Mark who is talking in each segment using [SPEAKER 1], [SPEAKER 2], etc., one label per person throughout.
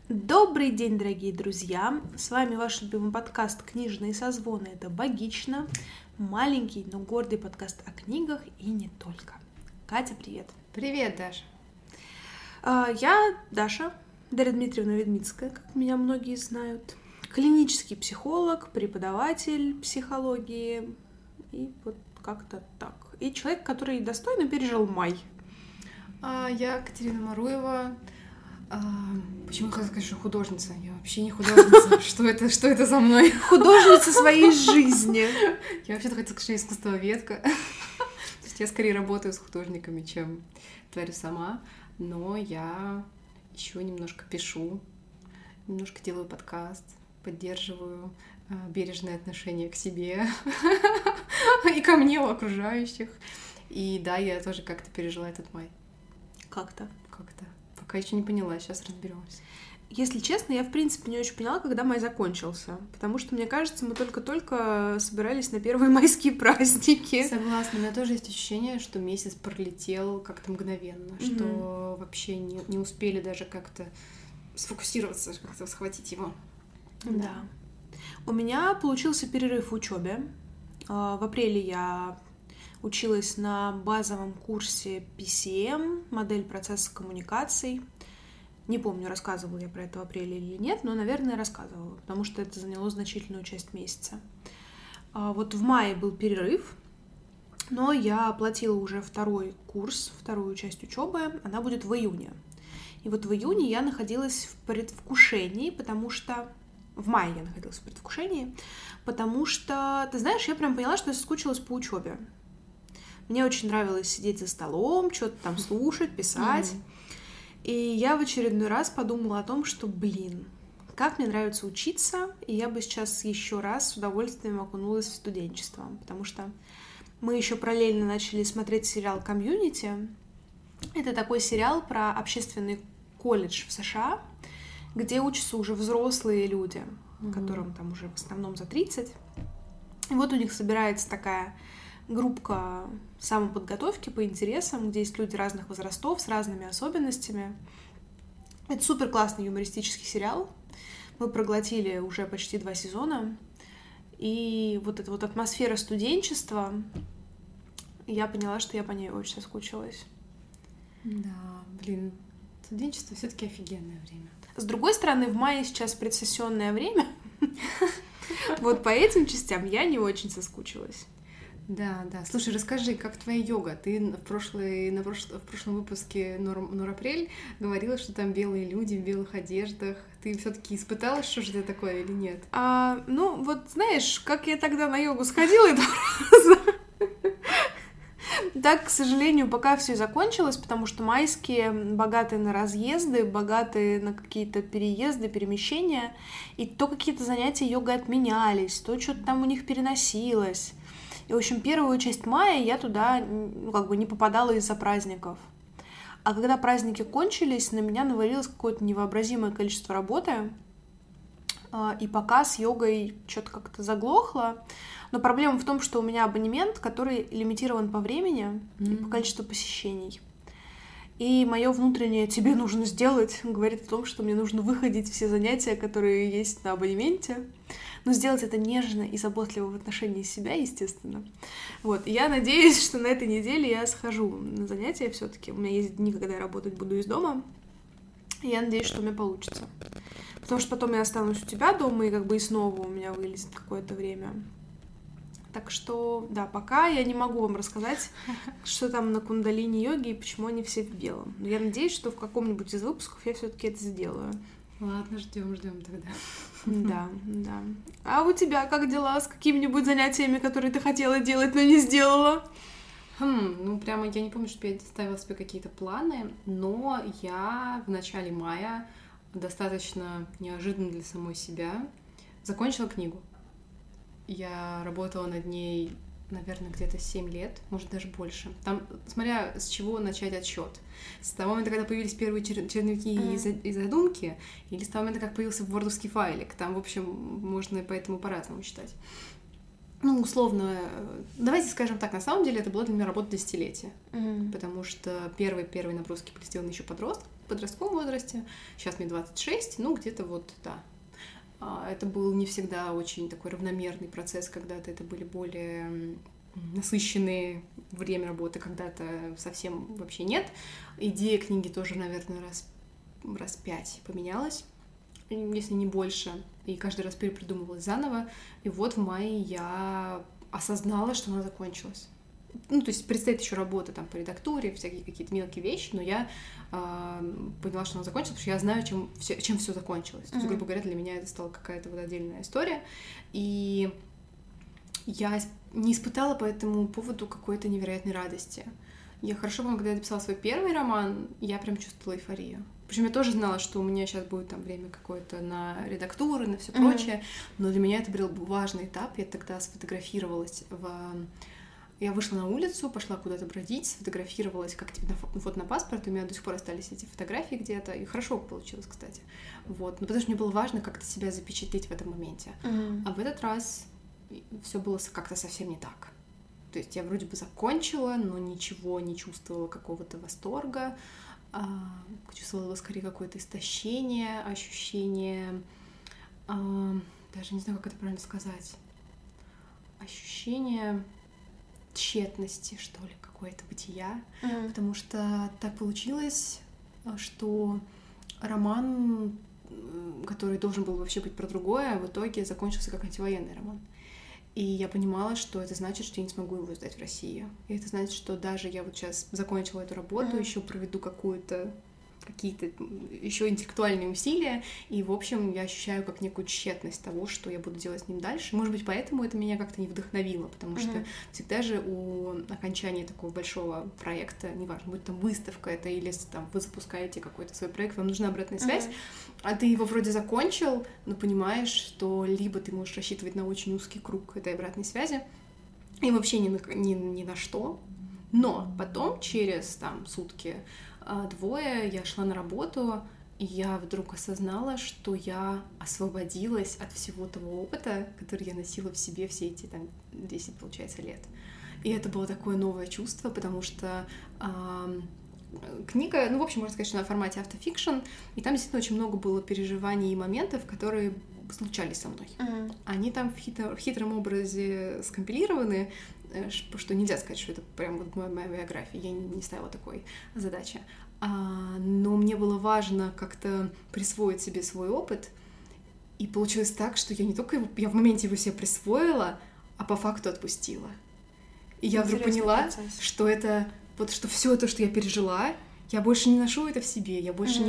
[SPEAKER 1] Добрый день, дорогие друзья! С вами ваш любимый подкаст «Книжные созвоны». Это «Богично», маленький, но гордый подкаст о книгах и не только. Катя, привет!
[SPEAKER 2] Привет, Даша!
[SPEAKER 1] Я Даша, Дарья Дмитриевна Ведмицкая, как меня многие знают. Клинический психолог, преподаватель психологии и вот как-то так. И человек, который достойно пережил май.
[SPEAKER 2] Я Катерина Маруева. Почему я хотела сказать, что художница? Я вообще не художница. Что это за мной?
[SPEAKER 1] Художница своей жизни.
[SPEAKER 2] Я вообще-то хотела сказать, что я искусствоведка. То есть я скорее работаю с художниками, чем творю сама. Но я еще немножко пишу, немножко делаю подкаст, поддерживаю бережное отношение к себе и ко мне, у окружающих. И да, я тоже как-то пережила этот май.
[SPEAKER 1] Как-то.
[SPEAKER 2] Пока еще не поняла, сейчас разберемся.
[SPEAKER 1] Если честно, я в принципе не очень поняла, когда май закончился. Потому что, мне кажется, мы только-только собирались на первые майские праздники.
[SPEAKER 2] Согласна, у меня тоже есть ощущение, что месяц пролетел как-то мгновенно, что вообще не успели даже как-то сфокусироваться, как-то схватить его.
[SPEAKER 1] Да. У меня получился перерыв в учебе. В апреле я училась на базовом курсе PCM, модель процесса коммуникаций. Не помню, рассказывала я про это в апреле или нет, но, наверное, рассказывала, потому что это заняло значительную часть месяца. Вот в мае был перерыв, но я оплатила уже второй курс, вторую часть учебы, она будет в июне. И вот в июне я находилась в предвкушении, в мае я находилась в предвкушении, потому что, ты знаешь, я прям поняла, что я соскучилась по учебе. Мне очень нравилось сидеть за столом, что-то там слушать, писать. И я в очередной раз подумала о том, что, как мне нравится учиться, и я бы сейчас еще раз с удовольствием окунулась в студенчество, потому что мы еще параллельно начали смотреть сериал «Комьюнити». Это такой сериал про общественный колледж в США, где учатся уже взрослые люди, которым там уже в основном за 30. И вот у них собирается такая группка самоподготовки по интересам, где есть люди разных возрастов с разными особенностями. Это супер классный юмористический сериал. Мы проглотили уже почти 2 сезона. И вот эта вот атмосфера студенчества, я поняла, что я по ней очень соскучилась.
[SPEAKER 2] Да, студенчество все-таки офигенное время.
[SPEAKER 1] С другой стороны, в мае сейчас предсессионное время. Вот по этим частям я не очень соскучилась.
[SPEAKER 2] Да. Слушай, расскажи, как твоя йога? Ты в прошлом выпуске Нор-Апрель говорила, что там белые люди в белых одеждах. Ты все-таки испытала, что же это такое или нет?
[SPEAKER 1] Вот знаешь, как я тогда на йогу сходила, так, к сожалению, пока все закончилось, потому что майские богатые на разъезды, богатые на какие-то переезды, перемещения, и то какие-то занятия йогой отменялись, то что-то там у них переносилось. И, в общем, первую часть мая я туда не попадала из-за праздников. А когда праздники кончились, на меня навалилось какое-то невообразимое количество работы, и пока с йогой что-то как-то заглохло. Но проблема в том, что у меня абонемент, который лимитирован по времени и по количеству посещений. И мое внутреннее «тебе нужно сделать» говорит о том, что мне нужно выходить все занятия, которые есть на абонементе. Но сделать это нежно и заботливо в отношении себя, естественно. Вот. И я надеюсь, что на этой неделе я схожу на занятия все-таки. У меня есть дни, когда я работать буду из дома. И я надеюсь, что у меня получится. Потому что потом я останусь у тебя дома, и снова у меня вылезет какое-то время. Так что, да, пока я не могу вам рассказать, что там на кундалини-йоге и почему они все в белом. Но я надеюсь, что в каком-нибудь из выпусков я все-таки это сделаю.
[SPEAKER 2] Ладно, ждем тогда.
[SPEAKER 1] Да. А у тебя как дела с какими-нибудь занятиями, которые ты хотела делать, но не сделала?
[SPEAKER 2] Прямо я не помню, что я ставила себе какие-то планы, но я в начале мая достаточно неожиданно для самой себя закончила книгу. Я работала над ней, наверное, где-то 7 лет, может, даже больше. Там, смотря с чего начать отсчет. С того момента, когда появились первые черновики и задумки, или с того момента, как появился вордовский файлик. Там, в общем, можно по этому по-разному считать. Условно, давайте скажем так, на самом деле это была для меня работа десятилетия, потому что первые наброски были сделаны еще подростком, в подростковом возрасте. Сейчас мне 26, ну, где-то вот, да. Это был не всегда очень такой равномерный процесс, когда-то это были более насыщенные время работы, когда-то совсем вообще нет. Идея книги тоже, наверное, раз 5 поменялась, если не больше, и каждый раз перепридумывалась заново. И вот в мае я осознала, что она закончилась. Ну, то есть предстоит еще работа там по редактуре, всякие какие-то мелкие вещи, но я поняла, что она закончилась, потому что я знаю, чем все закончилось. То есть, грубо говоря, для меня это стала какая-то вот отдельная история. И я не испытала по этому поводу какой-то невероятной радости. Я хорошо помню, когда я написала свой первый роман, я прям чувствовала эйфорию. Причем я тоже знала, что у меня сейчас будет там время какое-то на редактуру, на все прочее, но для меня это был важный этап. Я тогда сфотографировалась Я вышла на улицу, пошла куда-то бродить, сфотографировалась как вот на паспорт, у меня до сих пор остались эти фотографии где-то, и хорошо получилось, кстати. Вот. Но потому что мне было важно как-то себя запечатлеть в этом моменте. А в этот раз все было как-то совсем не так. То есть я вроде бы закончила, но ничего не чувствовала какого-то восторга, чувствовала скорее какое-то истощение, ощущение, даже не знаю, как это правильно сказать, ощущение тщетности, что ли, какое-то бытия, потому что так получилось, что роман, который должен был вообще быть про другое, в итоге закончился как антивоенный роман. И я понимала, что это значит, что я не смогу его издать в России. И это значит, что даже я вот сейчас закончила эту работу, еще проведу какие-то еще интеллектуальные усилия, и, в общем, я ощущаю как некую тщетность того, что я буду делать с ним дальше. Может быть, поэтому это меня как-то не вдохновило, потому что всегда же у окончания такого большого проекта, неважно, будет там выставка это или там вы запускаете какой-то свой проект, вам нужна обратная связь, а ты его вроде закончил, но понимаешь, что либо ты можешь рассчитывать на очень узкий круг этой обратной связи, и вообще ни на что, но потом через там сутки двое я шла на работу, и я вдруг осознала, что я освободилась от всего того опыта, который я носила в себе все эти там 10, получается, лет. И это было такое новое чувство, потому что книга, ну, в общем, можно сказать, что на формате автофикшн, и там действительно очень много было переживаний и моментов, которые случались со мной. Они там в хитром образе скомпилированы, что нельзя сказать, что это прям вот моя биография, я не ставила такой задачи. Но мне было важно как-то присвоить себе свой опыт, и получилось так, что я не только я в моменте его себе присвоила, а по факту отпустила. И я вдруг поняла, что это вот что все то, что я пережила, я больше не ношу это в себе, я больше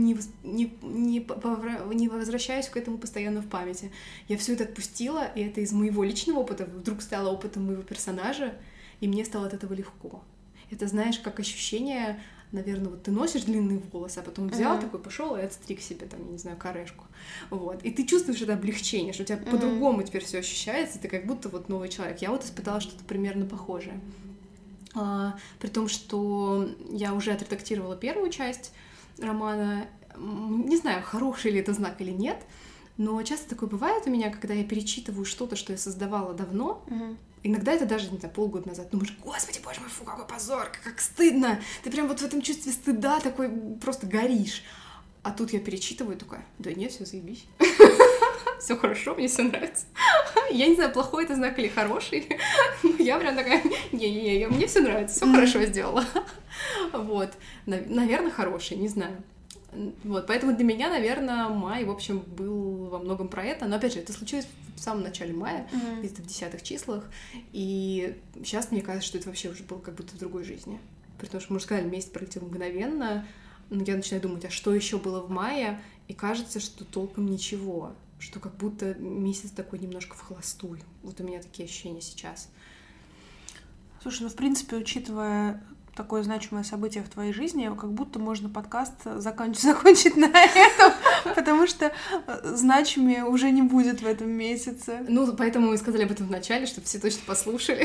[SPEAKER 2] не возвращаюсь к этому постоянно в памяти. Я все это отпустила, и это из моего личного опыта вдруг стало опытом моего персонажа, и мне стало от этого легко. Это, знаешь, как ощущение, наверное, вот ты носишь длинные волосы, а потом взял такой, пошел и отстриг себе там, я не знаю, корешку. Вот. И ты чувствуешь это облегчение, что у тебя по-другому теперь все ощущается, ты как будто вот новый человек. Я вот испытала что-то примерно похожее. При том, что я уже отредактировала первую часть романа. Не знаю, хороший ли это знак или нет, но часто такое бывает у меня, когда я перечитываю что-то, что я создавала давно. Иногда это даже, не знаю, полгода назад. Думаешь, господи, боже мой, фу, какой позор, как стыдно. Ты прям вот в этом чувстве стыда такой просто горишь. А тут я перечитываю и такая, да нет, все заебись. Все хорошо, мне все нравится. Я не знаю, плохой это знак или хороший. Я прям такая, не-не-не, мне все нравится, все хорошо сделала. Вот, наверное, хороший, не знаю. Вот, поэтому для меня, наверное, май, в общем, был во многом про это. Но, опять же, это случилось в самом начале мая, где-то в 10-х числах. И сейчас мне кажется, что это вообще уже было как будто в другой жизни. Потому что, можно сказать, месяц пролетел мгновенно. Но я начинаю думать, а что еще было в мае? И кажется, что толком ничего. Что как будто месяц такой немножко вхолостую. Вот у меня такие ощущения сейчас.
[SPEAKER 1] Слушай, ну, в принципе, учитывая такое значимое событие в твоей жизни, как будто можно подкаст закончить на этом, потому что значимее уже не будет в этом месяце.
[SPEAKER 2] Ну, поэтому мы сказали об этом в начале, чтобы все точно послушали.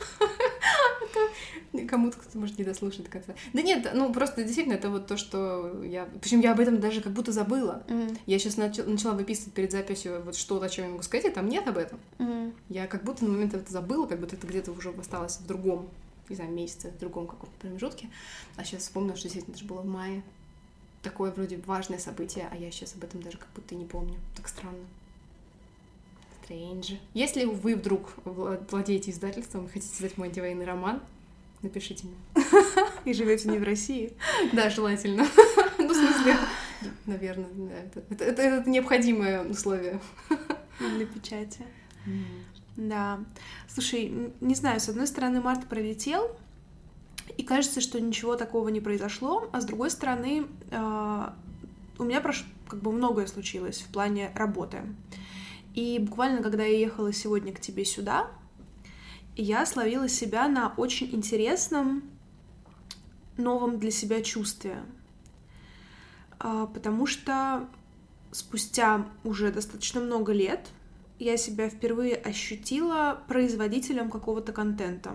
[SPEAKER 2] Кому-то кто-то может не дослушать до конца. Да нет, ну просто действительно это вот то, что я... Причем я об этом даже как будто забыла. Я сейчас начала выписывать перед записью вот что-то, о чем я могу сказать, и там нет об этом. Я как будто на момент это забыла, как будто это где-то уже осталось в другом, не знаю, месяце, в другом каком-то промежутке. А сейчас вспомнила, что действительно это же было в мае. такое вроде важное событие, а я сейчас об этом даже как будто и не помню. Так странно. Strange. Если вы вдруг владеете издательством и хотите издать мой антивоенный роман, напишите мне.
[SPEAKER 1] И живете не в России?
[SPEAKER 2] Да, желательно. Ну, в смысле, наверное, да. Это необходимое условие.
[SPEAKER 1] Для печати. Да. Слушай, не знаю, с одной стороны, март пролетел, и кажется, что ничего такого не произошло, а с другой стороны, у меня как бы многое случилось в плане работы. И буквально, когда я ехала сегодня к тебе сюда, я словила себя на очень интересном, новом для себя чувстве. Потому что спустя уже достаточно много лет я себя впервые ощутила производителем какого-то контента.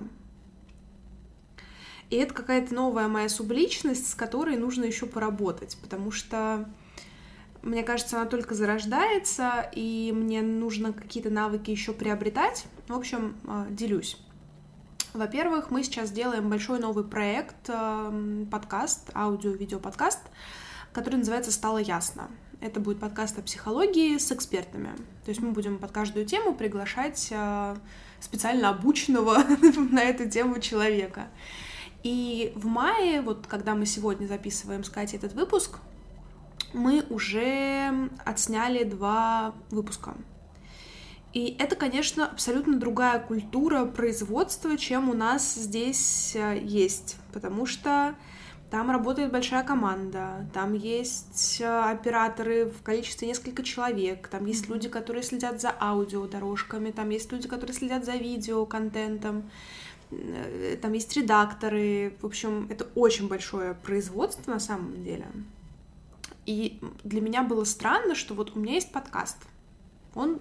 [SPEAKER 1] И это какая-то новая моя субличность, с которой нужно еще поработать, потому что, мне кажется, она только зарождается, и мне нужно какие-то навыки еще приобретать. В общем, делюсь. Во-первых, мы сейчас делаем большой новый проект, подкаст, аудио-видео-подкаст, который называется «Стало ясно». Это будет подкаст о психологии с экспертами. То есть мы будем под каждую тему приглашать специально обученного на эту тему человека. И в мае, вот когда мы сегодня записываем с Катей этот выпуск, мы уже отсняли 2 выпуска. И это, конечно, абсолютно другая культура производства, чем у нас здесь есть, потому что там работает большая команда, там есть операторы в количестве несколько человек, там есть люди, которые следят за аудиодорожками, там есть люди, которые следят за видеоконтентом, там есть редакторы. В общем, это очень большое производство на самом деле. И для меня было странно, что вот у меня есть подкаст. Он,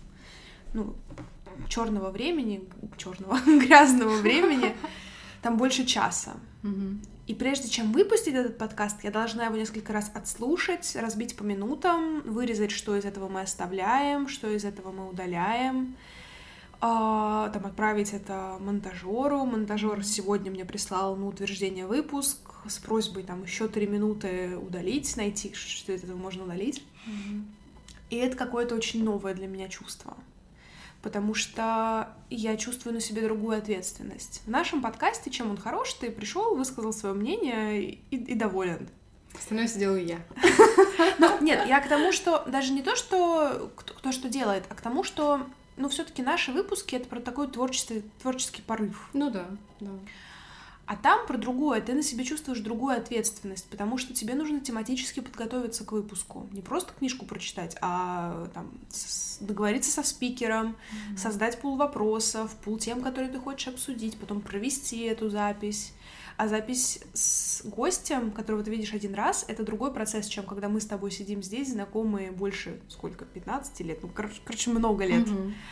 [SPEAKER 1] грязного времени, там больше часа. И прежде чем выпустить этот подкаст, я должна его несколько раз отслушать, разбить по минутам, вырезать, что из этого мы оставляем, что из этого мы удаляем, там отправить это монтажеру. Монтажер сегодня мне прислал на утверждение выпуск с просьбой там еще 3 минуты удалить, найти, что из этого можно удалить. И это какое-то очень новое для меня чувство, потому что я чувствую на себе другую ответственность. В нашем подкасте, чем он хорош, ты пришел, высказал свое мнение и доволен.
[SPEAKER 2] Остальное все делаю я.
[SPEAKER 1] Нет, я к тому, что даже не то, что кто что делает, а к тому, что все-таки наши выпуски — это про такой творческий порыв.
[SPEAKER 2] Ну да.
[SPEAKER 1] А там про другое. Ты на себе чувствуешь другую ответственность, потому что тебе нужно тематически подготовиться к выпуску. Не просто книжку прочитать, а там договориться со спикером, создать пул вопросов, пул тем, которые ты хочешь обсудить, потом провести эту запись. А запись с гостем, которого ты видишь один раз, это другой процесс, чем когда мы с тобой сидим здесь, знакомые больше, 15 лет? Много лет.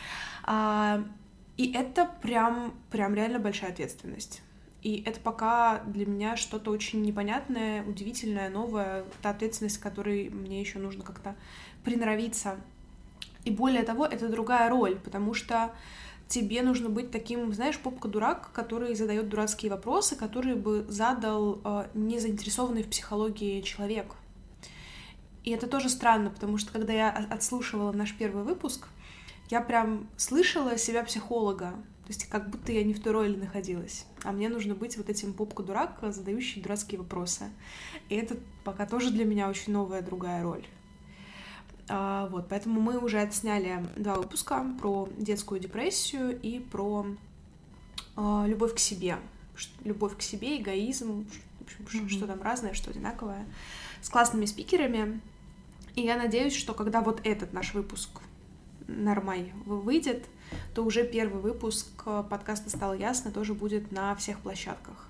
[SPEAKER 1] И это прям реально большая ответственность. И это пока для меня что-то очень непонятное, удивительное, новое, та ответственность, к которой мне еще нужно как-то приноровиться. И более того, это другая роль, потому что тебе нужно быть таким, знаешь, попка-дурак, который задает дурацкие вопросы, которые бы задал не заинтересованный в психологии человек. И это тоже странно, потому что когда я отслушивала наш первый выпуск, я прям слышала себя психолога. То есть как будто я не в той роли находилась. А мне нужно быть вот этим попка-дурак, задающий дурацкие вопросы. И это пока тоже для меня очень новая, другая роль. Поэтому мы уже отсняли 2 выпуска про детскую депрессию и про любовь к себе. Любовь к себе, эгоизм, в общем, что там разное, что одинаковое, с классными спикерами. И я надеюсь, что когда вот этот наш выпуск нормай выйдет, то уже первый выпуск подкаста «Стало ясно» тоже будет на всех площадках.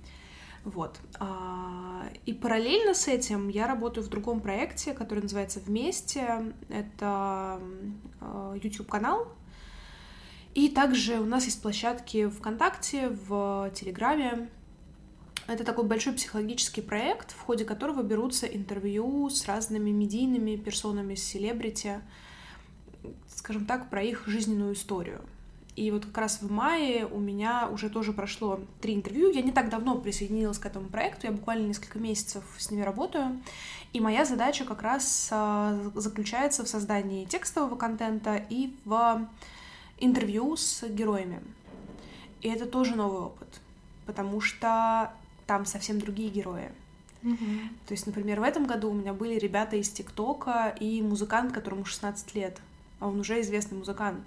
[SPEAKER 1] И параллельно с этим я работаю в другом проекте, который называется «Вместе». Это YouTube-канал. И также у нас есть площадки ВКонтакте, в Телеграме. Это такой большой психологический проект, в ходе которого берутся интервью с разными медийными персонами, с селебрити, скажем так, про их жизненную историю. И вот как раз в мае у меня уже тоже прошло 3 интервью. Я не так давно присоединилась к этому проекту, я буквально несколько месяцев с ними работаю. И моя задача как раз заключается в создании текстового контента и в интервью с героями. И это тоже новый опыт, потому что там совсем другие герои. То есть, например, в этом году у меня были ребята из ТикТока и музыкант, которому 16 лет, а он уже известный музыкант.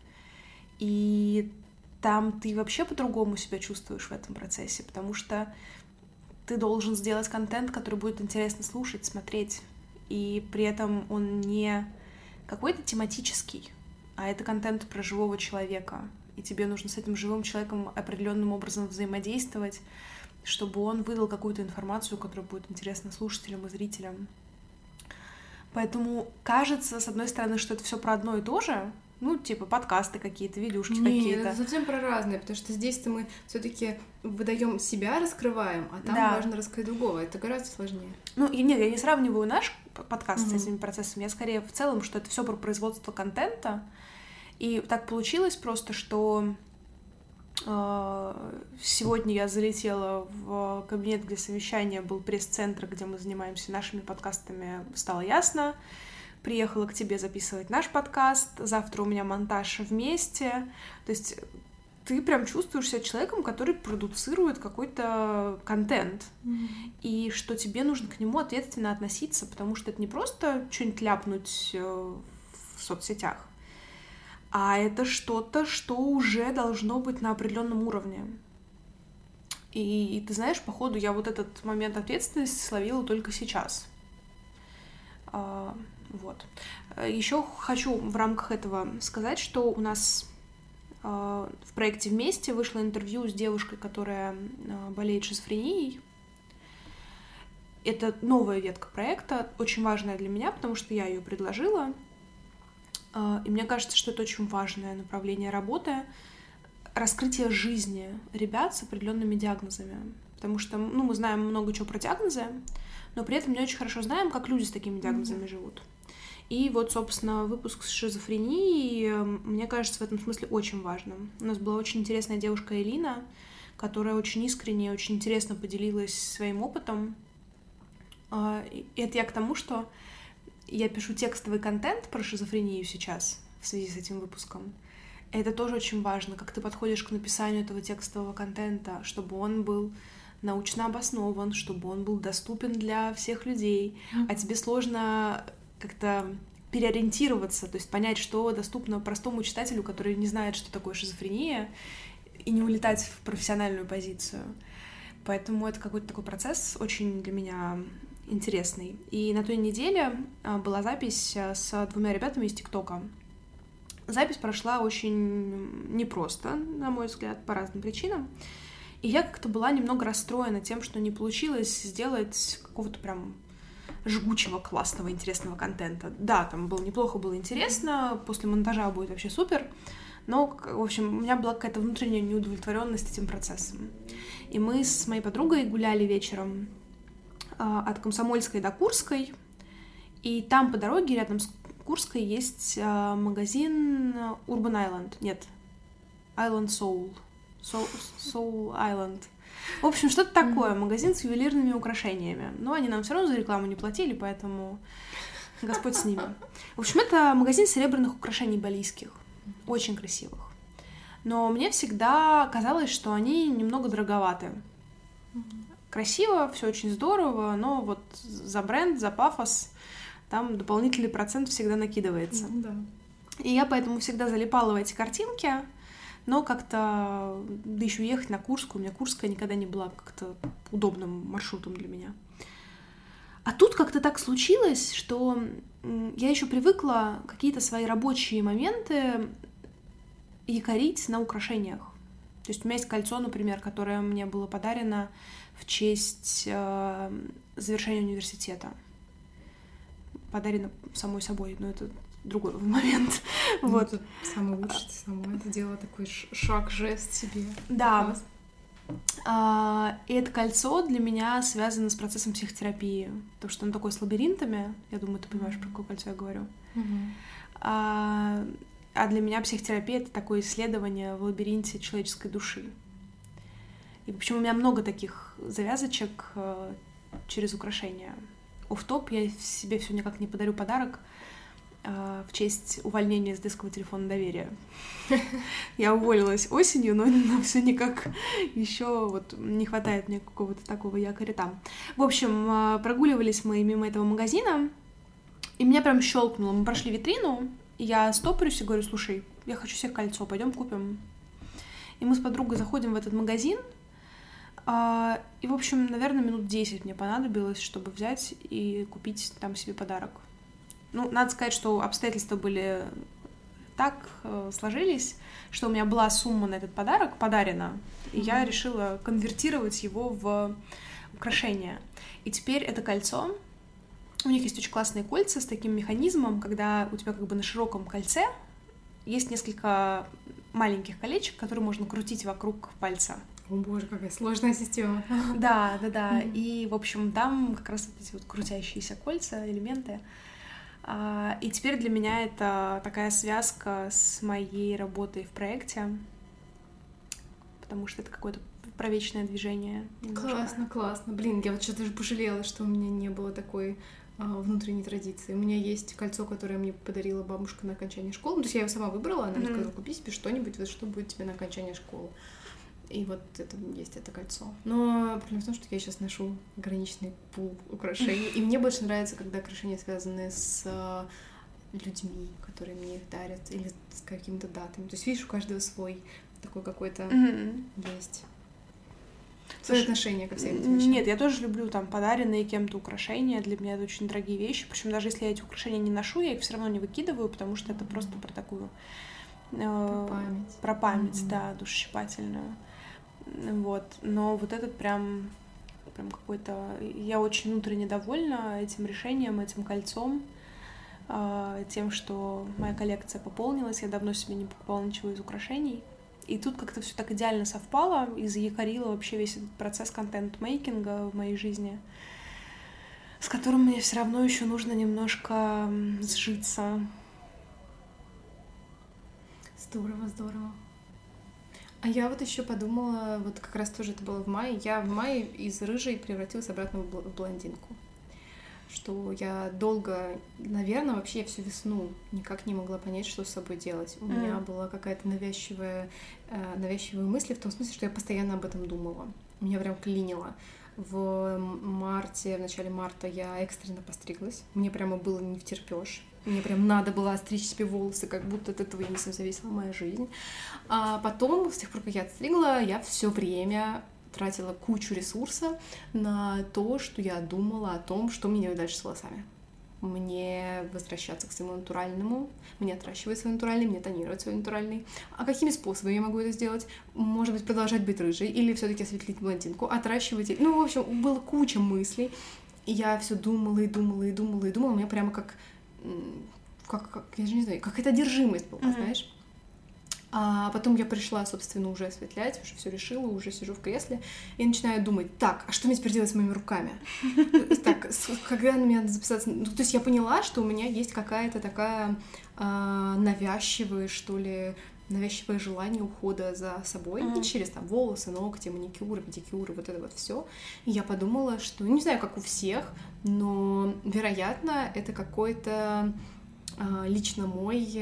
[SPEAKER 1] И там ты вообще по-другому себя чувствуешь в этом процессе, потому что ты должен сделать контент, который будет интересно слушать, смотреть, и при этом он не какой-то тематический, а это контент про живого человека, и тебе нужно с этим живым человеком определенным образом взаимодействовать, чтобы он выдал какую-то информацию, которая будет интересна слушателям и зрителям. Поэтому кажется, с одной стороны, что это все про одно и то же, ну, типа подкасты какие-то, видюшки какие-то.
[SPEAKER 2] Нет, это совсем про разные, потому что здесь-то мы все-таки выдаем себя, раскрываем, а там важно раскрыть другого. Это гораздо сложнее.
[SPEAKER 1] Ну, и нет, я не сравниваю наш подкаст с этими процессами, я скорее в целом, что это все про производство контента. И так получилось просто, что сегодня я залетела в кабинет, где совещание, был пресс-центр, где мы занимаемся нашими подкастами, стало ясно. Приехала к тебе записывать наш подкаст, завтра у меня монтаж вместе. То есть ты прям чувствуешь себя человеком, который продуцирует какой-то контент, и что тебе нужно к нему ответственно относиться, потому что это не просто что-нибудь ляпнуть в соцсетях, а это что-то, что уже должно быть на определенном уровне. И ты знаешь, походу, я вот этот момент ответственности словила только сейчас. Вот. Еще хочу в рамках этого сказать, что у нас в проекте «Вместе» вышло интервью с девушкой, которая болеет шизофренией. Это новая ветка проекта, очень важная для меня, потому что я ее предложила. И мне кажется, что это очень важное направление работы — раскрытие жизни ребят с определенными диагнозами. Потому что мы знаем много чего про диагнозы, но при этом не очень хорошо знаем, как люди с такими диагнозами живут. И вот, собственно, выпуск с шизофренией, мне кажется, в этом смысле очень важным. У нас была очень интересная девушка Элина, которая очень искренне и очень интересно поделилась своим опытом. И это я к тому, что я пишу текстовый контент про шизофрению сейчас в связи с этим выпуском. Это тоже очень важно, как ты подходишь к написанию этого текстового контента, чтобы он был научно обоснован, чтобы он был доступен для всех людей, а тебе сложно как-то переориентироваться, то есть понять, что доступно простому читателю, который не знает, что такое шизофрения, и не улетать в профессиональную позицию. Поэтому это какой-то такой процесс очень для меня интересный. И на той неделе была запись с 2 ребятами из ТикТока. Запись прошла очень непросто, на мой взгляд, по разным причинам. И я как-то была немного расстроена тем, что не получилось сделать какого-то прям жгучего, классного, интересного контента. Да, там было неплохо, было интересно, после монтажа будет вообще супер, но, в общем, у меня была какая-то внутренняя неудовлетворенность этим процессом. И мы с моей подругой гуляли вечером от Комсомольской до Курской, и там по дороге рядом с Курской есть магазин Urban Island. Нет, Island Soul. Soul Island. В общем, что-то такое. Магазин с ювелирными украшениями. Но они нам все равно за рекламу не платили, поэтому Господь с ними. В общем, это магазин серебряных украшений балийских. Очень красивых. Но мне всегда казалось, что они немного дороговаты. Красиво, все очень здорово, но вот за бренд, за пафос там дополнительный процент всегда накидывается.
[SPEAKER 2] Да.
[SPEAKER 1] И я поэтому всегда залипала в эти картинки, но как-то, да еще ехать на Курскую, у меня Курская никогда не была как-то удобным маршрутом для меня. А тут как-то так случилось, что я еще привыкла какие-то свои рабочие моменты якорить на украшениях. То есть у меня есть кольцо, например, которое мне было подарено в честь завершения университета. Подарено самой собой, но это другой момент.
[SPEAKER 2] Ну,
[SPEAKER 1] вот.
[SPEAKER 2] Тут самое лучшее, сама это дело такой шаг, жест себе.
[SPEAKER 1] Да. И это кольцо для меня связано с процессом психотерапии, потому что оно такое с лабиринтами. Я думаю, ты понимаешь, про какое кольцо я говорю. А для меня психотерапия — это такое исследование в лабиринте человеческой души. И почему у меня много таких завязочек через украшения. Офф-топ, я себе все никак не подарю подарок в честь увольнения с детского телефона доверия. Я уволилась осенью, но все никак еще вот не хватает мне какого-то такого якоря там. В общем, прогуливались мы мимо этого магазина, и меня прям щелкнуло. Мы прошли витрину, и я стопорюсь и говорю: слушай, я хочу себе кольцо, пойдем купим. И мы с подругой заходим в этот магазин, и, в общем, наверное, минут 10 мне понадобилось, чтобы взять и купить там себе подарок. Ну, надо сказать, что обстоятельства были так сложились, что у меня была сумма на этот подарок подарена, и я решила конвертировать его в украшение. И теперь это кольцо. У них есть очень классные кольца с таким механизмом, когда у тебя как бы на широком кольце есть несколько маленьких колечек, которые можно крутить вокруг пальца.
[SPEAKER 2] О боже, какая сложная система.
[SPEAKER 1] Да. И, в общем, там как раз вот эти вот крутящиеся кольца, элементы. И теперь для меня это такая связка с моей работой в проекте, потому что это какое-то про вечное движение. Немножко.
[SPEAKER 2] Классно. Блин, я вот что-то даже пожалела, что у меня не было такой внутренней традиции. У меня есть кольцо, которое мне подарила бабушка на окончании школы. То есть я его сама выбрала, она мне сказала: купи себе что-нибудь, вот что будет тебе на окончании школы. И вот это есть это кольцо. Но проблема в том, что я сейчас ношу ограниченный пул украшений. И мне больше нравится, когда украшения связаны с людьми, которые мне их дарят, или с какими-то датами. То есть, видишь, у каждого свой такой какой-то есть. Свое отношение ко всем этим вещам.
[SPEAKER 1] Нет, я тоже люблю там подаренные кем-то украшения. Для меня это очень дорогие вещи. Причем даже если я эти украшения не ношу, я их все равно не выкидываю, потому что это просто про такую... Про память, да, душещипательную. Вот. Но вот этот прям какой-то... Я очень внутренне довольна этим решением, этим кольцом, тем, что моя коллекция пополнилась. Я давно себе не покупала ничего из украшений. И тут как-то все так идеально совпало и заякорило вообще весь этот процесс контент-мейкинга в моей жизни, с которым мне все равно еще нужно немножко сжиться.
[SPEAKER 2] Здорово. А я вот еще подумала, вот как раз тоже это было в мае, я в мае из рыжей превратилась обратно в блондинку. Что я долго, наверное, вообще всю весну никак не могла понять, что с собой делать. У меня была какая-то навязчивая мысль в том смысле, что я постоянно об этом думала. Меня прям клинило. В начале марта я экстренно постриглась. Мне прямо было не втерпёшь. Мне прям надо было остричь себе волосы, как будто от этого единственно зависела моя жизнь. А потом, с тех пор, как я отстригла, я все время тратила кучу ресурса на то, что я думала о том, что мне делать дальше с волосами. Мне возвращаться к своему натуральному, мне отращивать свой натуральный, мне тонировать свой натуральный. А какими способами я могу это сделать? Может быть, продолжать быть рыжей или все-таки осветлить блондинку, отращивать... Ну, в общем, было куча мыслей. И я все думала. У меня прямо как я же не знаю, как это одержимость была, знаешь? А потом я пришла, собственно, уже осветлять, уже все решила, уже сижу в кресле и начинаю думать: так, а что мне теперь делать с моими руками? Так, когда на меня надо записаться? Ну, то есть я поняла, что у меня есть какая-то такая навязчивое желание ухода за собой, и через там волосы, ногти, маникюры, педикюры, вот это вот все. И я подумала, что, не знаю, как у всех, но, вероятно, это какой-то лично мой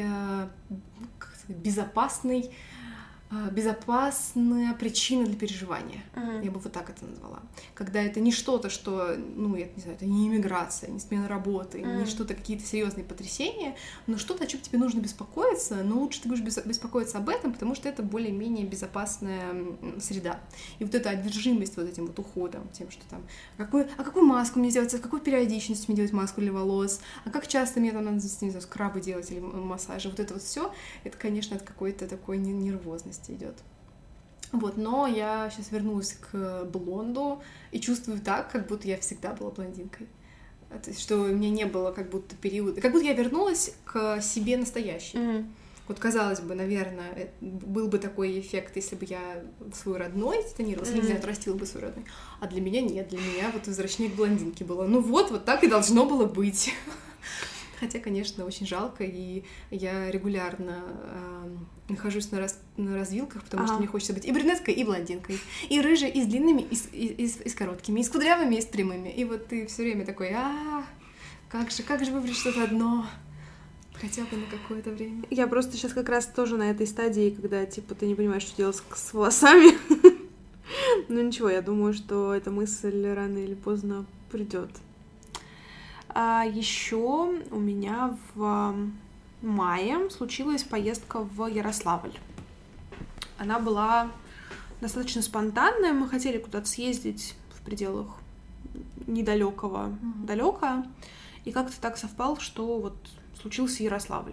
[SPEAKER 2] безопасная причина для переживания. Я бы вот так это назвала. Когда это не что-то, что, ну, я не знаю, это не иммиграция, не смена работы, не что-то, какие-то серьезные потрясения, но что-то, о чем тебе нужно беспокоиться, но лучше ты будешь беспокоиться об этом, потому что это более-менее безопасная среда. И вот эта одержимость вот этим вот уходом, тем, что там, какую маску мне делать, с какой периодичностью мне делать маску для волос, а как часто мне там надо, не знаю, скрабы делать или массажи, вот это вот все, это, конечно, от какой-то такой нервозности идет. Вот, но я сейчас вернулась к блонду и чувствую так, как будто я всегда была блондинкой. То есть, что у меня не было как будто периода... Как будто я вернулась к себе настоящей. Вот, казалось бы, наверное, был бы такой эффект, если бы я свой родной тонировалась, или, не знаю, отрастила бы свой родной. А для меня нет. Для меня вот возвращение к блондинке было. Ну вот так и должно было быть. Хотя, конечно, очень жалко, и я регулярно нахожусь на развилках, потому что мне хочется быть и брюнеткой, и блондинкой, и рыжей, и с длинными, и с короткими, и с кудрявыми, и с прямыми. И вот ты все время такой, как же выбрать что-то одно, хотя бы на какое-то время.
[SPEAKER 1] Я просто сейчас как раз тоже на этой стадии, когда, типа, ты не понимаешь, что делать с волосами. Ну ничего, я думаю, что эта мысль рано или поздно придет. А еще у меня в мае случилась поездка в Ярославль. Она была достаточно спонтанная. Мы хотели куда-то съездить в пределах недалекого далека. И как-то так совпало, что вот случился Ярославль.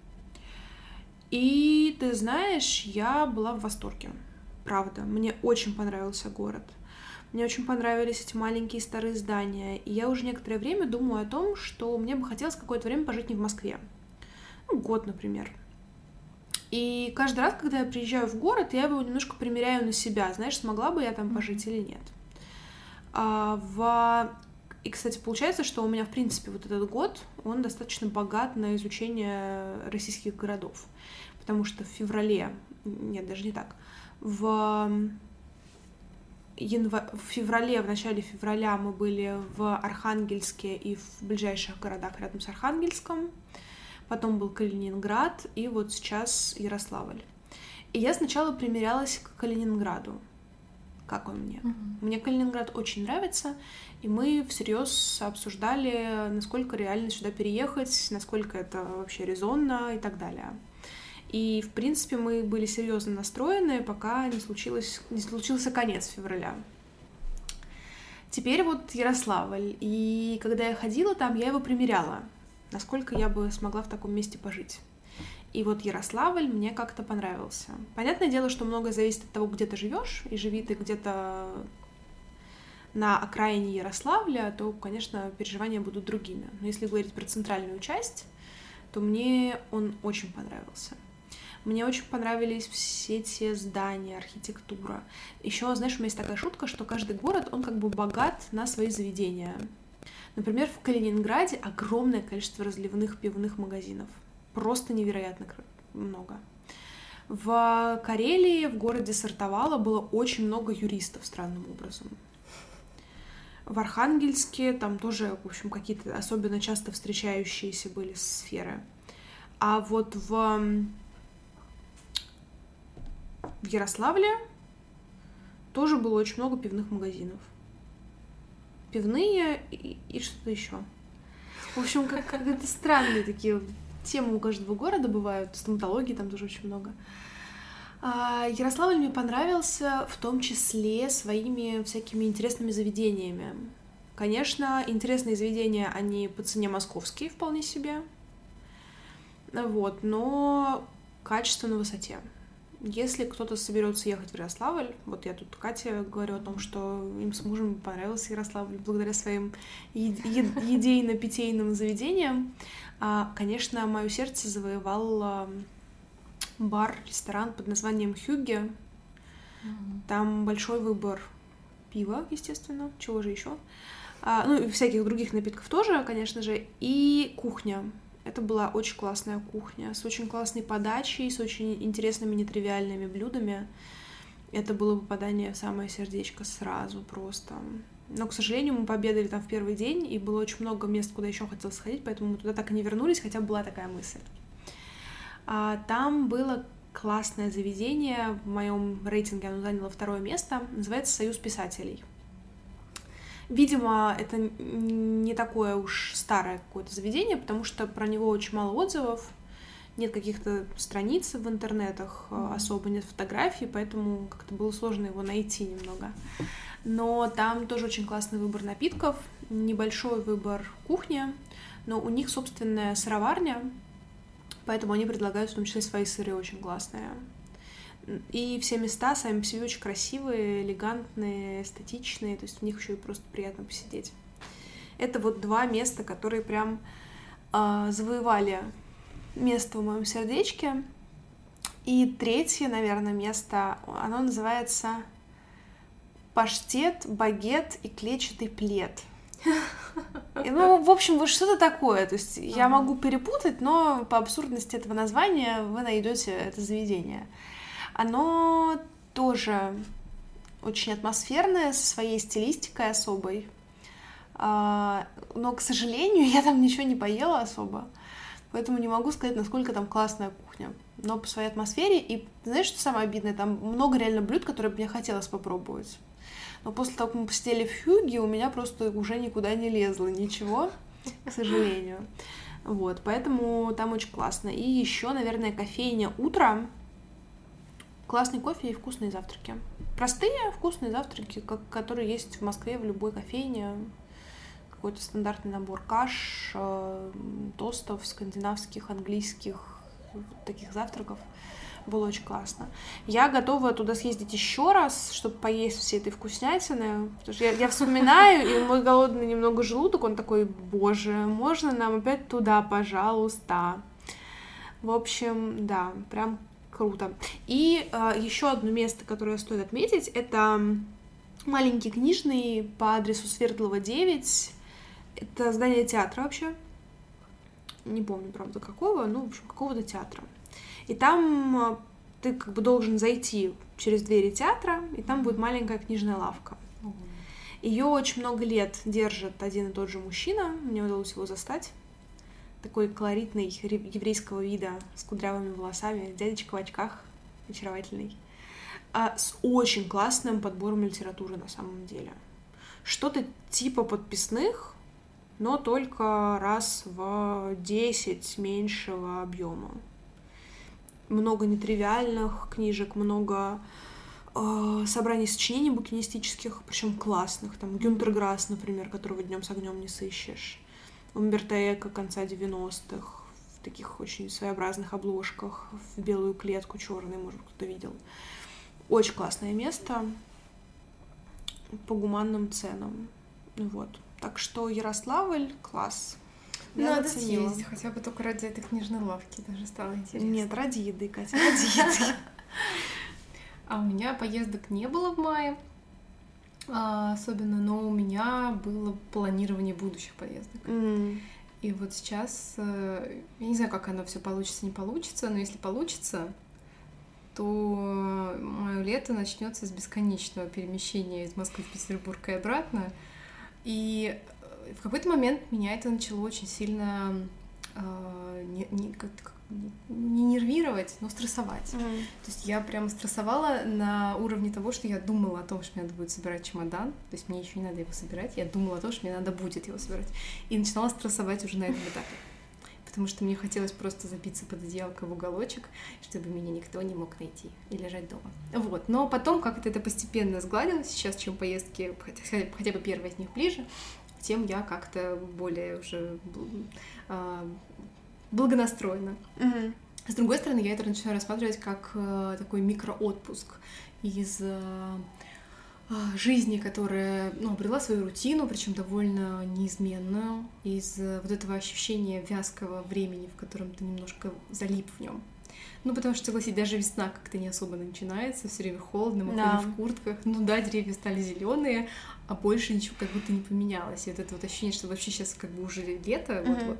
[SPEAKER 1] И ты знаешь, я была в восторге. Правда, мне очень понравился город. Мне очень понравились эти маленькие старые здания. И я уже некоторое время думаю о том, что мне бы хотелось какое-то время пожить не в Москве. Ну, год, например. И каждый раз, когда я приезжаю в город, я его немножко примеряю на себя. Знаешь, смогла бы я там пожить или нет. И, кстати, получается, что у меня, в принципе, вот этот год, он достаточно богат на изучение российских городов. Потому что в феврале... Нет, даже не так. В феврале, в начале февраля мы были в Архангельске и в ближайших городах рядом с Архангельском. Потом был Калининград, и вот сейчас Ярославль. И я сначала примерялась к Калининграду. Как он мне? Мне Калининград очень нравится, и мы всерьез обсуждали, насколько реально сюда переехать, насколько это вообще резонно и так далее. И, в принципе, мы были серьезно настроены, пока не случился конец февраля. Теперь вот Ярославль. И когда я ходила там, я его примеряла, насколько я бы смогла в таком месте пожить. И вот Ярославль мне как-то понравился. Понятное дело, что многое зависит от того, где ты живешь, и живи ты где-то на окраине Ярославля, то, конечно, переживания будут другими. Но если говорить про центральную часть, то мне он очень понравился. Мне очень понравились все те здания, архитектура. Еще, знаешь, у меня есть такая шутка, что каждый город, он как бы богат на свои заведения. Например, в Калининграде огромное количество разливных пивных магазинов. Просто невероятно много. В Карелии, в городе Сартовало, было очень много юристов, странным образом. В Архангельске там тоже, в общем, какие-то особенно часто встречающиеся были сферы. А вот в Ярославле тоже было очень много пивных магазинов. Пивные и что-то еще. В общем, как-то странные такие темы у каждого города бывают. Стоматологии там тоже очень много. Ярославль мне понравился в том числе своими всякими интересными заведениями. Конечно, интересные заведения, они по цене московские вполне себе. Вот, но качество на высоте. Если кто-то соберется ехать в Ярославль, вот я тут Кате говорю о том, что им с мужем понравился Ярославль благодаря своим идейно-питейным заведениям, конечно, мое сердце завоевал бар-ресторан под названием Хюгге. Там большой выбор пива, естественно, чего же еще. Ну и всяких других напитков тоже, конечно же, и кухня. Это была очень классная кухня, с очень классной подачей, с очень интересными, нетривиальными блюдами. Это было попадание в самое сердечко сразу просто. Но, к сожалению, мы пообедали там в первый день, и было очень много мест, куда еще хотелось сходить, поэтому мы туда так и не вернулись, хотя была такая мысль. Там было классное заведение, в моем рейтинге оно заняло 2 место, называется «Союз писателей». Видимо, это не такое уж старое какое-то заведение, потому что про него очень мало отзывов, нет каких-то страниц в интернетах, особо нет фотографий, поэтому как-то было сложно его найти немного. Но там тоже очень классный выбор напитков, небольшой выбор кухни, но у них собственная сыроварня, поэтому они предлагают в том числе свои сыры очень классные. И все места сами по себе очень красивые, элегантные, эстетичные, то есть в них еще и просто приятно посидеть. Это вот 2 места, которые прям завоевали место в моем сердечке. И 3, наверное, место, оно называется «Паштет, багет и клетчатый плед». Ну, в общем, вот что-то такое. То есть я могу перепутать, но по абсурдности этого названия вы найдете это заведение. Оно тоже очень атмосферное, со своей стилистикой особой. Но, к сожалению, я там ничего не поела особо, поэтому не могу сказать, насколько там классная кухня. Но по своей атмосфере, и знаешь, что самое обидное? Там много реально блюд, которые мне хотелось попробовать. Но после того, как мы посидели в Хьюге, у меня просто уже никуда не лезло ничего, к сожалению. Вот, поэтому там очень классно. И еще, наверное, кофейня «Утро». Классный кофе и вкусные завтраки. Простые вкусные завтраки, которые есть в Москве в любой кофейне. Какой-то стандартный набор каш, тостов, скандинавских, английских, таких завтраков. Было очень классно. Я готова туда съездить еще раз, чтобы поесть всей этой вкуснятины. Потому что я вспоминаю, и мой голодный немного желудок, он такой: боже, можно нам опять туда, пожалуйста? В общем, да, прям круто. И еще одно место, которое стоит отметить, это маленький книжный по адресу Свердлова, 9. Это здание театра вообще. Не помню, правда, какого, ну, в общем, какого-то театра. И там ты как бы должен зайти через двери театра, и там будет маленькая книжная лавка. Ее очень много лет держит один и тот же мужчина, мне удалось его застать. Такой колоритный, еврейского вида, с кудрявыми волосами, дядечка в очках, очаровательный. С очень классным подбором литературы на самом деле. Что-то типа подписных, но только раз в 10 меньшего объема. Много нетривиальных книжек, много собраний сочинений букинистических, причем классных. Там Гюнтер Грасс, например, которого днем с огнем не сыщешь. Умберто Эко конца 90-х, в таких очень своеобразных обложках, в белую клетку черной, может, кто-то видел. Очень классное место по гуманным ценам. Вот. Так что Ярославль — класс. Я
[SPEAKER 2] Надо
[SPEAKER 1] оценила.
[SPEAKER 2] съездить, хотя бы только ради этой книжной лавки, даже стало интересно.
[SPEAKER 1] Нет, ради еды, Катя, ради еды.
[SPEAKER 2] А у меня поездок не было в мае особенно, но у меня было планирование будущих поездок. И вот сейчас, я не знаю, как оно все получится, не получится, но если получится, то мое лето начнется с бесконечного перемещения из Москвы в Петербург и обратно. И в какой-то момент меня это начало очень сильно не нервировать, но стрессовать. То есть я прямо стрессовала на уровне того, что я думала о том, что мне надо будет собирать чемодан, то есть мне еще не надо его собирать, я думала о том, что мне надо будет его собирать, и начинала стрессовать уже на этом этапе, потому что мне хотелось просто забиться под одеялко в уголочек, чтобы меня никто не мог найти и лежать дома. Вот, но потом как-то это постепенно сгладилось, сейчас чем поездки, хотя бы первая из них ближе, тем я как-то более уже благонастроена. С другой стороны, я это начинаю рассматривать как такой микроотпуск из жизни, которая обрела свою рутину, причем довольно неизменную, из вот этого ощущения вязкого времени, в котором ты немножко залип в нем. Ну, потому что, согласись, даже весна как-то не особо начинается, все время холодно, мы ходим в куртках. Ну да, деревья стали зеленые, а больше ничего как будто не поменялось. И вот это вот ощущение, что вообще сейчас как бы уже лето, вот-вот,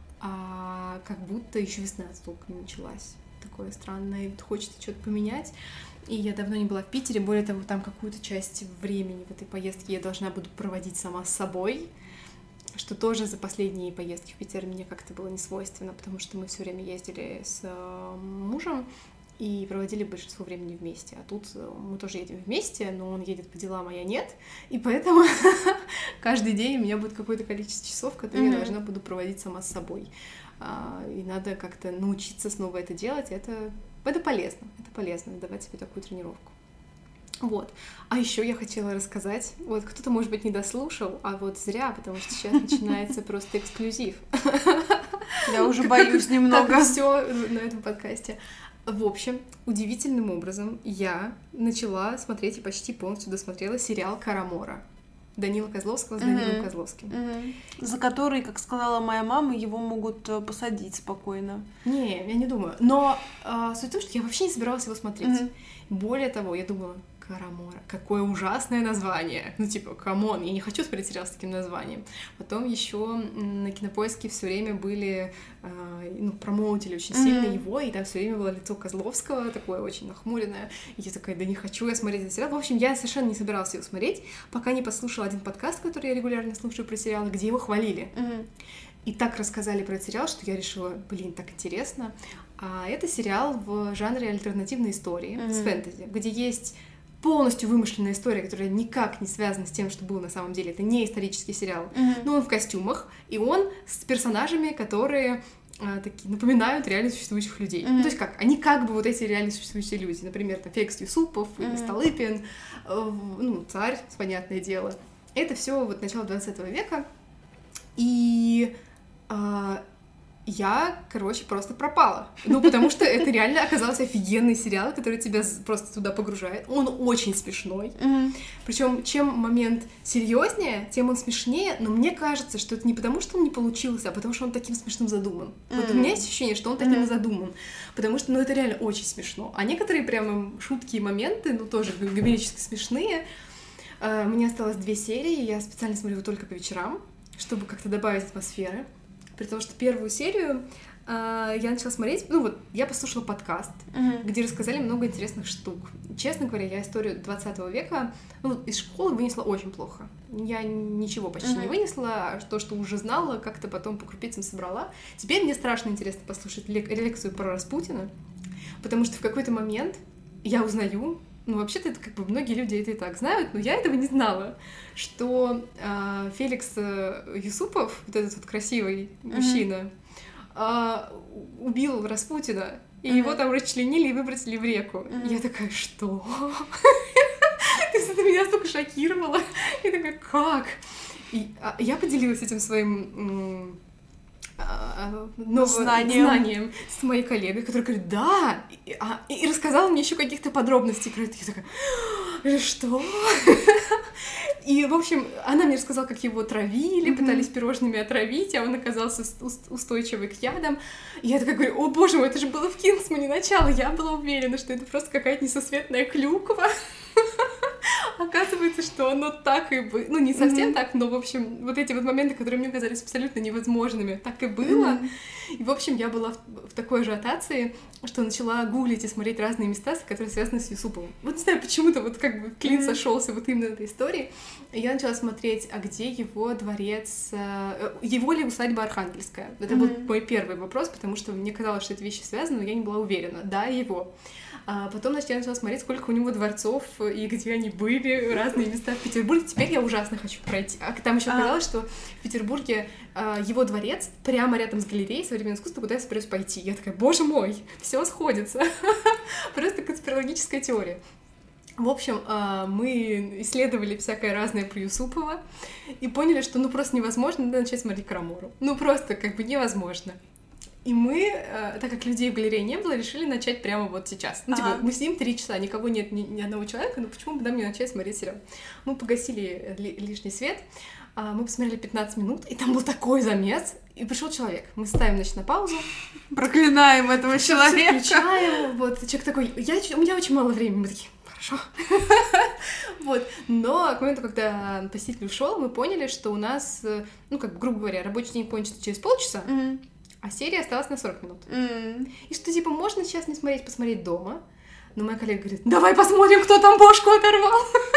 [SPEAKER 2] а как будто еще весна толком не началась. Такое странное, и вот хочется что-то поменять. И я давно не была в Питере, более того, там какую-то часть времени в этой поездке я должна буду проводить сама с собой, что тоже за последние поездки в Питер мне как-то было не свойственно, потому что мы все время ездили с мужем и проводили большинство времени вместе. А тут мы тоже едем вместе, но он едет по делам, а я нет. И поэтому каждый день у меня будет какое-то количество часов, которые я должна буду проводить сама с собой. И надо как-то научиться снова это делать. Это полезно. Это полезно, давать себе такую тренировку. Вот. А еще я хотела рассказать, вот кто-то, может быть, не дослушал, а вот зря, потому что сейчас начинается просто эксклюзив.
[SPEAKER 1] Я уже боюсь немного.
[SPEAKER 2] Как все на этом подкасте. В общем, удивительным образом я начала смотреть и почти полностью досмотрела сериал «Карамора» Данила Козловского с Данилом Козловским.
[SPEAKER 1] За который, как сказала моя мама, его могут посадить спокойно.
[SPEAKER 2] Не, я не думаю. Но суть в том, что я вообще не собиралась его смотреть. Более того, я думала, Карамора. Какое ужасное название. Ну, типа, камон, я не хочу смотреть сериал с таким названием. Потом еще на Кинопоиске все время были, промоутили очень сильно его, и там все время было лицо Козловского, такое очень нахмуренное. И я такая, да не хочу я смотреть этот сериал. В общем, я совершенно не собиралась его смотреть, пока не послушала один подкаст, который я регулярно слушаю про сериалы, где его хвалили. И так рассказали про этот сериал, что я решила, так интересно. А это сериал в жанре альтернативной истории с фэнтези, где есть полностью вымышленная история, которая никак не связана с тем, что было на самом деле. Это не исторический сериал. Но он в костюмах, и он с персонажами, которые такие напоминают реально существующих людей. То есть как? Они как бы вот эти реально существующие люди. Например, там Феликс Юсупов, или Столыпин, царь, понятное дело. Это все вот начало 20 века. И я, просто пропала. Потому что это реально оказался офигенный сериал, который тебя просто туда погружает. Он очень смешной. Причем чем момент серьезнее, тем он смешнее, но мне кажется, что это не потому, что он не получился, а потому что он таким смешным задуман. Вот у меня есть ощущение, что он таким и задуман. Потому что, это реально очень смешно. А некоторые прямо шутки и моменты, тоже гомерически смешные. Мне осталось 2 серии, я специально смотрю только по вечерам, чтобы как-то добавить атмосферы. При том, что первую серию я начала смотреть, я послушала подкаст, где рассказали много интересных штук. Честно говоря, я историю 20 века из школы вынесла очень плохо. Я ничего почти не вынесла, а то, что уже знала, как-то потом по крупицам собрала. Теперь мне страшно интересно послушать лекцию про Распутина, потому что в какой-то момент я узнаю, вообще-то это многие люди это и так знают, но я этого не знала, что Феликс Юсупов, вот этот вот красивый мужчина, убил Распутина, и его там расчленили и выбросили в реку. И я такая, что? Это меня столько шокировало. Я такая, как? И я поделилась этим своим знанием с моей коллегой, которая говорит, да, и рассказала мне еще каких-то подробностей про это. Я такая, что? И, в общем, она мне рассказала, как его травили, пытались пирожными отравить, а он оказался устойчивый к ядам. И я такая говорю, о боже мой, это же было в Кингсмане начало, я была уверена, что это просто какая-то несусветная клюква. Оказывается, что оно так и было. Не совсем так, но, в общем, вот эти вот моменты, которые мне казались абсолютно невозможными, так и было. И, в общем, я была в такой ажиотации, что начала гуглить и смотреть разные места, которые связаны с Юсуповым. Вот не знаю, почему-то клин сошелся вот именно этой истории. И я начала смотреть, а где его дворец, его ли усадьба Архангельская. Это был мой первый вопрос, потому что мне казалось, что эти вещи связаны, но я не была уверена. Да, его. А потом, я начала смотреть, сколько у него дворцов и где они были, разные места в Петербурге. Теперь я ужасно хочу пройти. А там еще оказалось, что в Петербурге его дворец прямо рядом с галереей современного искусства, куда я собираюсь пойти. Я такая, боже мой, все сходится. Просто конспирологическая теория. В общем, мы исследовали всякое разное про Юсупова и поняли, что просто невозможно, надо начать смотреть Карамору. Просто невозможно. И мы, так как людей в галерее не было, решили начать прямо вот сейчас. Мы сидим 3 часа, никого нет, ни одного человека, почему бы нам не начать смотреть сериал? Мы погасили лишний свет, мы посмотрели 15 минут, и там был такой замес, и пришел человек. Мы ставим, на паузу.
[SPEAKER 1] Проклинаем этого человека.
[SPEAKER 2] Включаем, человек такой, у меня очень мало времени, мы такие, хорошо. Но к моменту, когда посетитель ушел, мы поняли, что у нас, грубо говоря, рабочий день кончится через полчаса, а серия осталась на 40 минут. И что, можно сейчас не смотреть, посмотреть дома. Но моя коллега говорит, давай посмотрим, кто там бошку оторвал.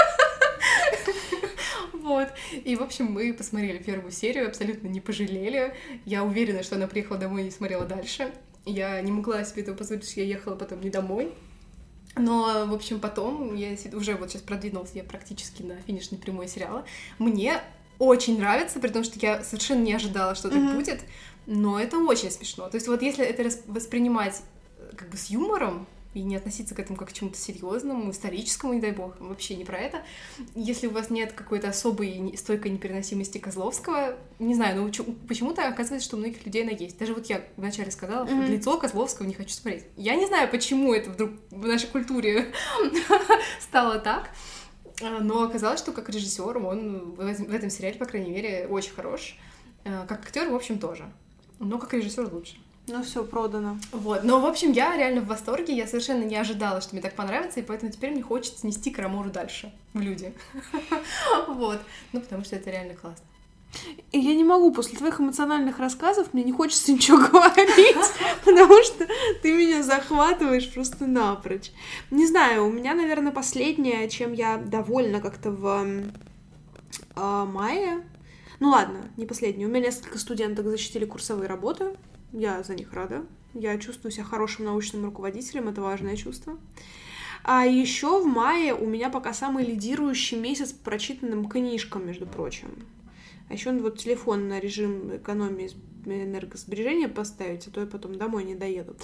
[SPEAKER 2] И, в общем, мы посмотрели первую серию, абсолютно не пожалели. Я уверена, что она приехала домой и смотрела дальше. Я не могла себе этого позволить, что я ехала потом не домой. Но, в общем, потом, я уже сейчас продвинулась, я практически на финишной прямой сериала. Мне очень нравится, при том, что я совершенно не ожидала, что так будет. Но это очень смешно. То есть если это воспринимать с юмором и не относиться к этому как к чему-то серьезному, историческому, не дай бог, вообще не про это. Если у вас нет какой-то особой стойкой непереносимости Козловского, не знаю, но почему-то оказывается, что у многих людей она есть. Даже я вначале сказала, лицо Козловского не хочу смотреть. Я не знаю, почему это вдруг в нашей культуре стало так. Но оказалось, что как режиссер он в этом сериале, по крайней мере, очень хорош. Как актер, в общем, тоже. Но как режиссер лучше.
[SPEAKER 1] Ну все, продано.
[SPEAKER 2] Вот, но, в общем, я реально в восторге, я совершенно не ожидала, что мне так понравится, и поэтому теперь мне хочется нести Карамору дальше, в люди. Вот, ну, потому что это реально классно.
[SPEAKER 1] И я не могу, после твоих эмоциональных рассказов мне не хочется ничего говорить, потому что ты меня захватываешь просто напрочь. Не знаю, у меня, наверное, последнее, чем я довольна как-то в мае. Ну ладно, не последнее. У меня несколько студенток защитили курсовые работы. Я за них рада. Я чувствую себя хорошим научным руководителем, это важное чувство. А еще в мае у меня пока самый лидирующий месяц по прочитанным книжкам, между прочим. А еще вот телефон на режим экономии энергосбережения поставить, а то я потом домой не доеду.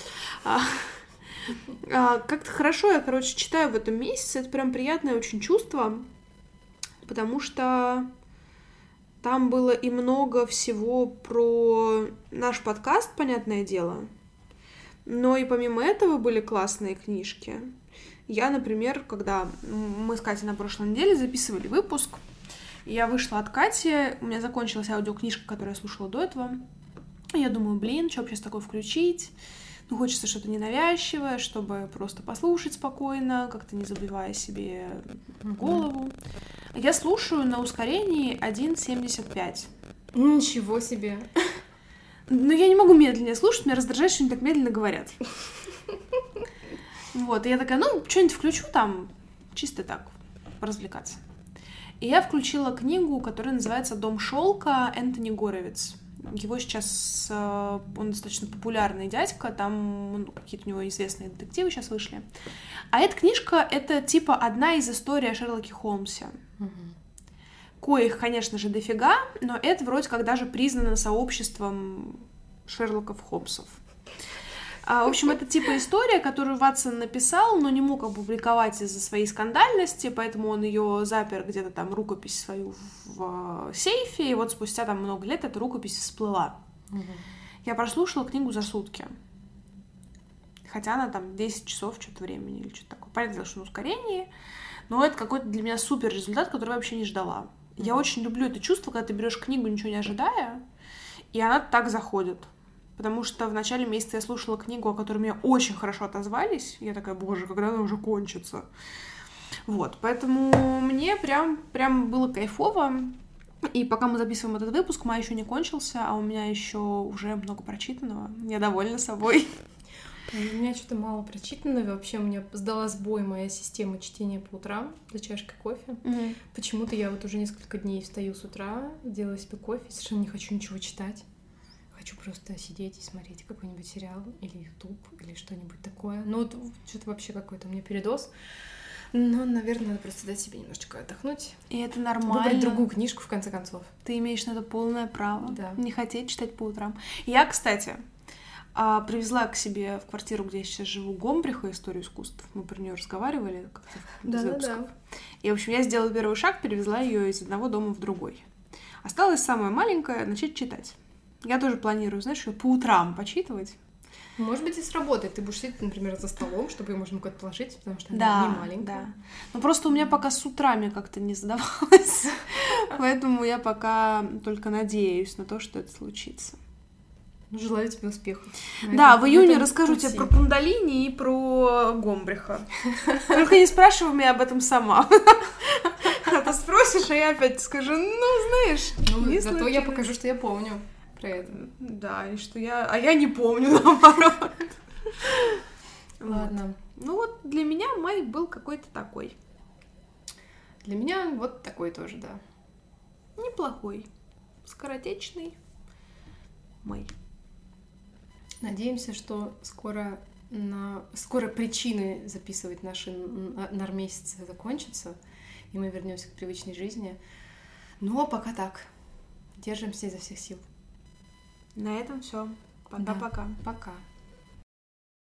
[SPEAKER 1] Как-то хорошо я, короче, читаю в этом месяце. Это прям приятное очень чувство, потому что там было и много всего про наш подкаст, понятное дело. Но и помимо этого были классные книжки. Я, например, когда мы с Катей на прошлой неделе записывали выпуск, я вышла от Кати, у меня закончилась аудиокнижка, которую я слушала до этого. Я думаю, что бы сейчас такое включить? Ну, хочется что-то ненавязчивое, чтобы просто послушать спокойно, как-то не забивая себе голову. Я слушаю на ускорении 1.75.
[SPEAKER 2] Ничего себе!
[SPEAKER 1] Но я не могу медленнее слушать, меня раздражает, что они так медленно говорят. Вот, и я такая, ну, что-нибудь включу там, чисто так, поразвлекаться. И я включила книгу, которая называется «Дом шелка» Энтони Горовиц. Его сейчас, он достаточно популярный дядька, там какие-то у него известные детективы сейчас вышли. А эта книжка — это типа одна из историй о Шерлоке Холмсе. Коих, конечно же, дофига, но это вроде как даже признано сообществом Шерлоков Холмсов. В общем, это типа история, которую Ватсон написал, но не мог опубликовать из-за своей скандальности, поэтому он ее запер где-то там, рукопись свою в сейфе, и вот спустя там много лет эта рукопись всплыла. Я прослушала книгу за сутки. Хотя она там 10 часов что-то времени или что-то такое. Понятно, что на ускорении, но это какой-то для меня супер результат, который я вообще не ждала. Я очень люблю это чувство, когда ты берешь книгу, ничего не ожидая, и она так заходит. Потому что в начале месяца я слушала книгу, о которой мне очень хорошо отозвались. И я такая, боже, когда она уже кончится? Вот, поэтому мне прям было кайфово. И пока мы записываем этот выпуск, май еще не кончился, а у меня еще уже много прочитанного. Я довольна собой.
[SPEAKER 2] У меня что-то мало прочитанного. Вообще у меня сдала сбой моя система чтения по утрам за чашкой кофе. Почему-то я вот уже несколько дней встаю с утра, делаю себе кофе, совершенно не хочу ничего читать. Хочу просто сидеть и смотреть какой-нибудь сериал или YouTube или что-нибудь такое. Ну, вот что-то вообще какой-то у меня передоз. Но, наверное, надо просто дать себе немножечко отдохнуть.
[SPEAKER 1] И это нормально.
[SPEAKER 2] Выбрать другую книжку, в конце концов.
[SPEAKER 1] Ты имеешь на это полное право.
[SPEAKER 2] Да.
[SPEAKER 1] Не хотеть читать по утрам. Я, кстати, привезла к себе в квартиру, где я сейчас живу, Гомбриха «Историю искусств». Мы про нее разговаривали как-то из выпусков. И, в общем, я сделала первый шаг, перевезла ее из одного дома в другой. Осталось самое маленькое — начать читать. Я тоже планирую, знаешь, по утрам почитывать.
[SPEAKER 2] Может быть, и сработает. Ты будешь сидеть, например, за столом, чтобы ее можно куда-то положить, потому что она не маленькая.
[SPEAKER 1] Да. Но просто у меня пока с утрами как-то не задавалось. Поэтому я пока только надеюсь на то, что это случится.
[SPEAKER 2] Ну, желаю тебе успеха.
[SPEAKER 1] Да, в июне расскажу тебе про Кундалини и про Гомбриха. Только не спрашивай меня об этом сама. А то спросишь, а я опять скажу, знаешь...
[SPEAKER 2] Ну, зато я покажу, что я помню. Это.
[SPEAKER 1] Да, и что я... А я не помню, наоборот.
[SPEAKER 2] Ладно.
[SPEAKER 1] Ну вот для меня май был какой-то такой.
[SPEAKER 2] Для меня вот такой тоже, да.
[SPEAKER 1] Неплохой. Скоротечный май.
[SPEAKER 2] Надеемся, что скоро причины записывать наши нормесяцы закончатся, и мы вернемся к привычной жизни. Но пока так. Держимся изо всех сил.
[SPEAKER 1] На этом все. Пока-пока.
[SPEAKER 2] Да. Пока.